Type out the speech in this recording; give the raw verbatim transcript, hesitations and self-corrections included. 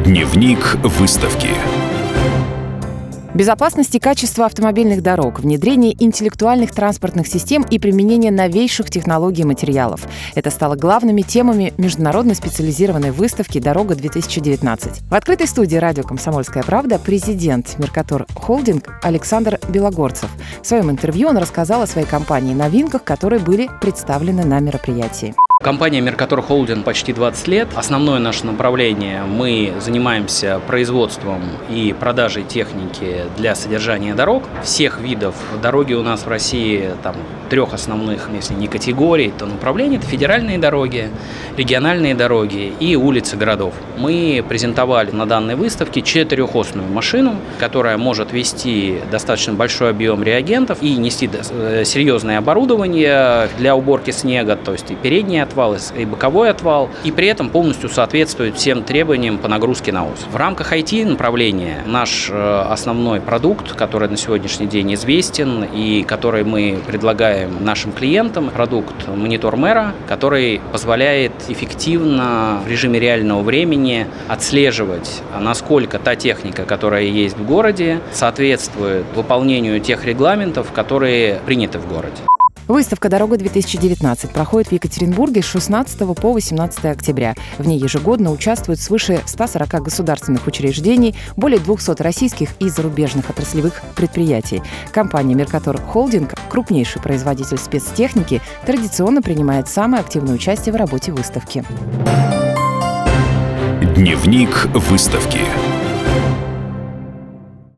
Дневник выставки. Безопасность и качество автомобильных дорог, внедрение интеллектуальных транспортных систем и применение новейших технологий и материалов. Это стало главными темами международной специализированной выставки «Дорога-две тысячи девятнадцать». В открытой студии радио «Комсомольская правда» президент Меркатор Холдинг Александр Белогорцев. В своем интервью он рассказал о своей компании, новинках, которые были представлены на мероприятии. Компания Меркатор Холдинг почти двадцать лет. Основное наше направление – мы занимаемся производством и продажей техники для содержания дорог. Всех видов дороги у нас в России там трех основных, если не категорий, то направлений. Это федеральные дороги, региональные дороги и улицы городов. Мы презентовали на данной выставке четырехосную машину, которая может вести достаточно большой объем реагентов и нести серьезное оборудование для уборки снега, то есть и передние отвал, и боковой отвал, и при этом полностью соответствует всем требованиям по нагрузке на ось. В рамках ай ти направления наш основной продукт, который на сегодняшний день известен и который мы предлагаем нашим клиентам, продукт Монитор Мэра, который позволяет эффективно в режиме реального времени отслеживать, насколько та техника, которая есть в городе, соответствует выполнению тех регламентов, которые приняты в городе. Выставка «Дорога-две тысячи девятнадцать» проходит в Екатеринбурге с шестнадцатого по восемнадцатое октября. В ней ежегодно участвуют свыше ста сорока государственных учреждений, более двухсот российских и зарубежных отраслевых предприятий. Компания «Меркатор Холдинг», крупнейший производитель спецтехники, традиционно принимает самое активное участие в работе выставки. Дневник выставки.